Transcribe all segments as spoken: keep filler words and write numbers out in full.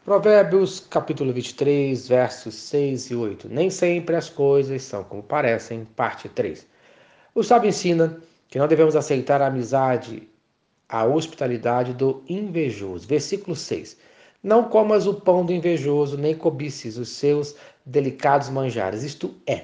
Provérbios, capítulo vinte e três, versos seis e oito. Nem sempre as coisas são como parecem, parte três. O sábio ensina que não devemos aceitar a amizade, a hospitalidade do invejoso. Versículo seis. Não comas o pão do invejoso, nem cobices os seus delicados manjares. Isto é,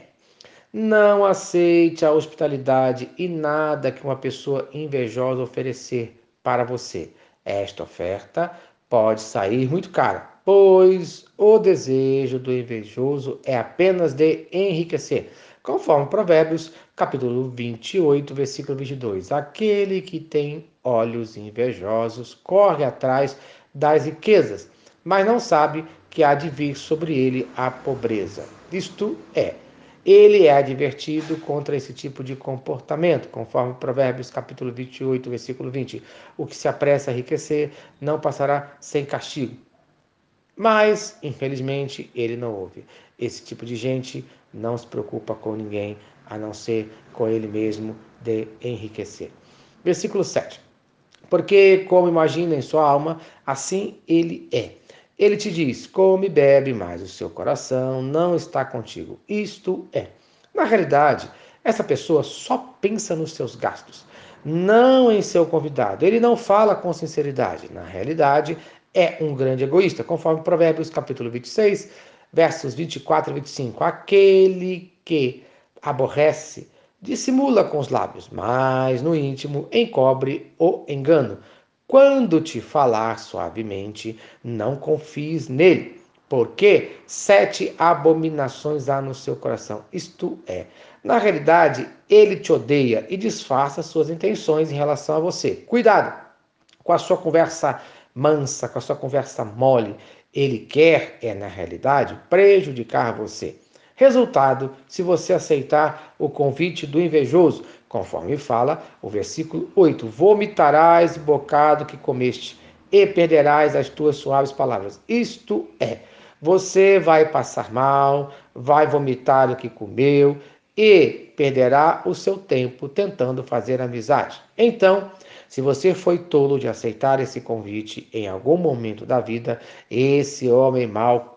não aceite a hospitalidade e nada que uma pessoa invejosa oferecer para você. Esta oferta pode sair muito cara, pois o desejo do invejoso é apenas de enriquecer. Conforme Provérbios, capítulo vinte e oito, versículo vinte e dois. Aquele que tem olhos invejosos corre atrás das riquezas, mas não sabe que há de vir sobre ele a pobreza. Isto é, ele é advertido contra esse tipo de comportamento, conforme Provérbios capítulo vinte e oito, versículo vinte. O que se apressa a enriquecer não passará sem castigo. Mas, infelizmente, ele não ouve. Esse tipo de gente não se preocupa com ninguém, a não ser com ele mesmo de enriquecer. Versículo sete. Porque, como imagina em sua alma, assim ele é. Ele te diz: come e bebe, mas o seu coração não está contigo. Isto é. Na realidade, essa pessoa só pensa nos seus gastos, não em seu convidado. Ele não fala com sinceridade. Na realidade, é um grande egoísta, conforme Provérbios capítulo vinte e seis, versos vinte e quatro e vinte e cinco. Aquele que aborrece dissimula com os lábios, mas no íntimo encobre o engano. Quando te falar suavemente, não confies nele, porque sete abominações há no seu coração. Isto é, na realidade, ele te odeia e disfarça suas intenções em relação a você. Cuidado com a sua conversa mansa, com a sua conversa mole. Ele quer, é na realidade, prejudicar você. Resultado, se você aceitar o convite do invejoso, conforme fala o versículo oito: vomitarás o bocado que comeste e perderás as tuas suaves palavras. Isto é, você vai passar mal, vai vomitar o que comeu e perderá o seu tempo tentando fazer amizade. Então, se você foi tolo de aceitar esse convite em algum momento da vida, esse homem mau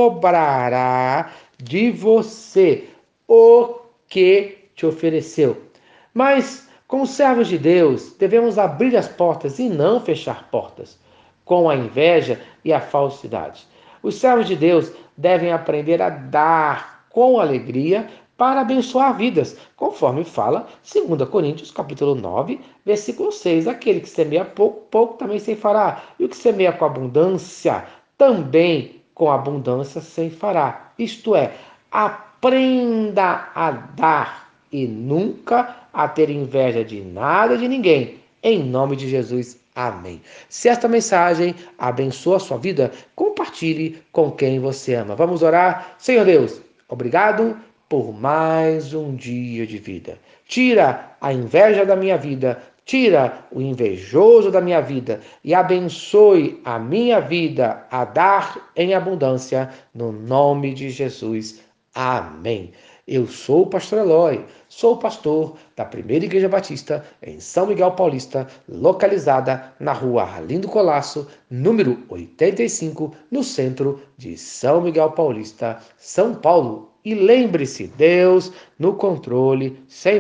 cobrará de você o que te ofereceu. Mas, como servos de Deus, devemos abrir as portas e não fechar portas com a inveja e a falsidade. Os servos de Deus devem aprender a dar com alegria para abençoar vidas, conforme fala dois Coríntios capítulo nove, versículo seis. Aquele que semeia pouco, pouco também ceifará, e o que semeia com abundância, também com abundância ceifará. Isto é, aprenda a dar e nunca a ter inveja de nada de ninguém. Em nome de Jesus, amém. Se esta mensagem abençoa a sua vida, compartilhe com quem você ama. Vamos orar? Senhor Deus, obrigado por mais um dia de vida. Tira a inveja da minha vida, tira o invejoso da minha vida e abençoe a minha vida a dar em abundância, no nome de Jesus. Amém. Eu sou o pastor Eloy, sou pastor da Primeira Igreja Batista em São Miguel Paulista, localizada na rua Arlindo Colasso, número oitenta e cinco, no centro de São Miguel Paulista, São Paulo. E lembre-se, Deus no controle, sempre.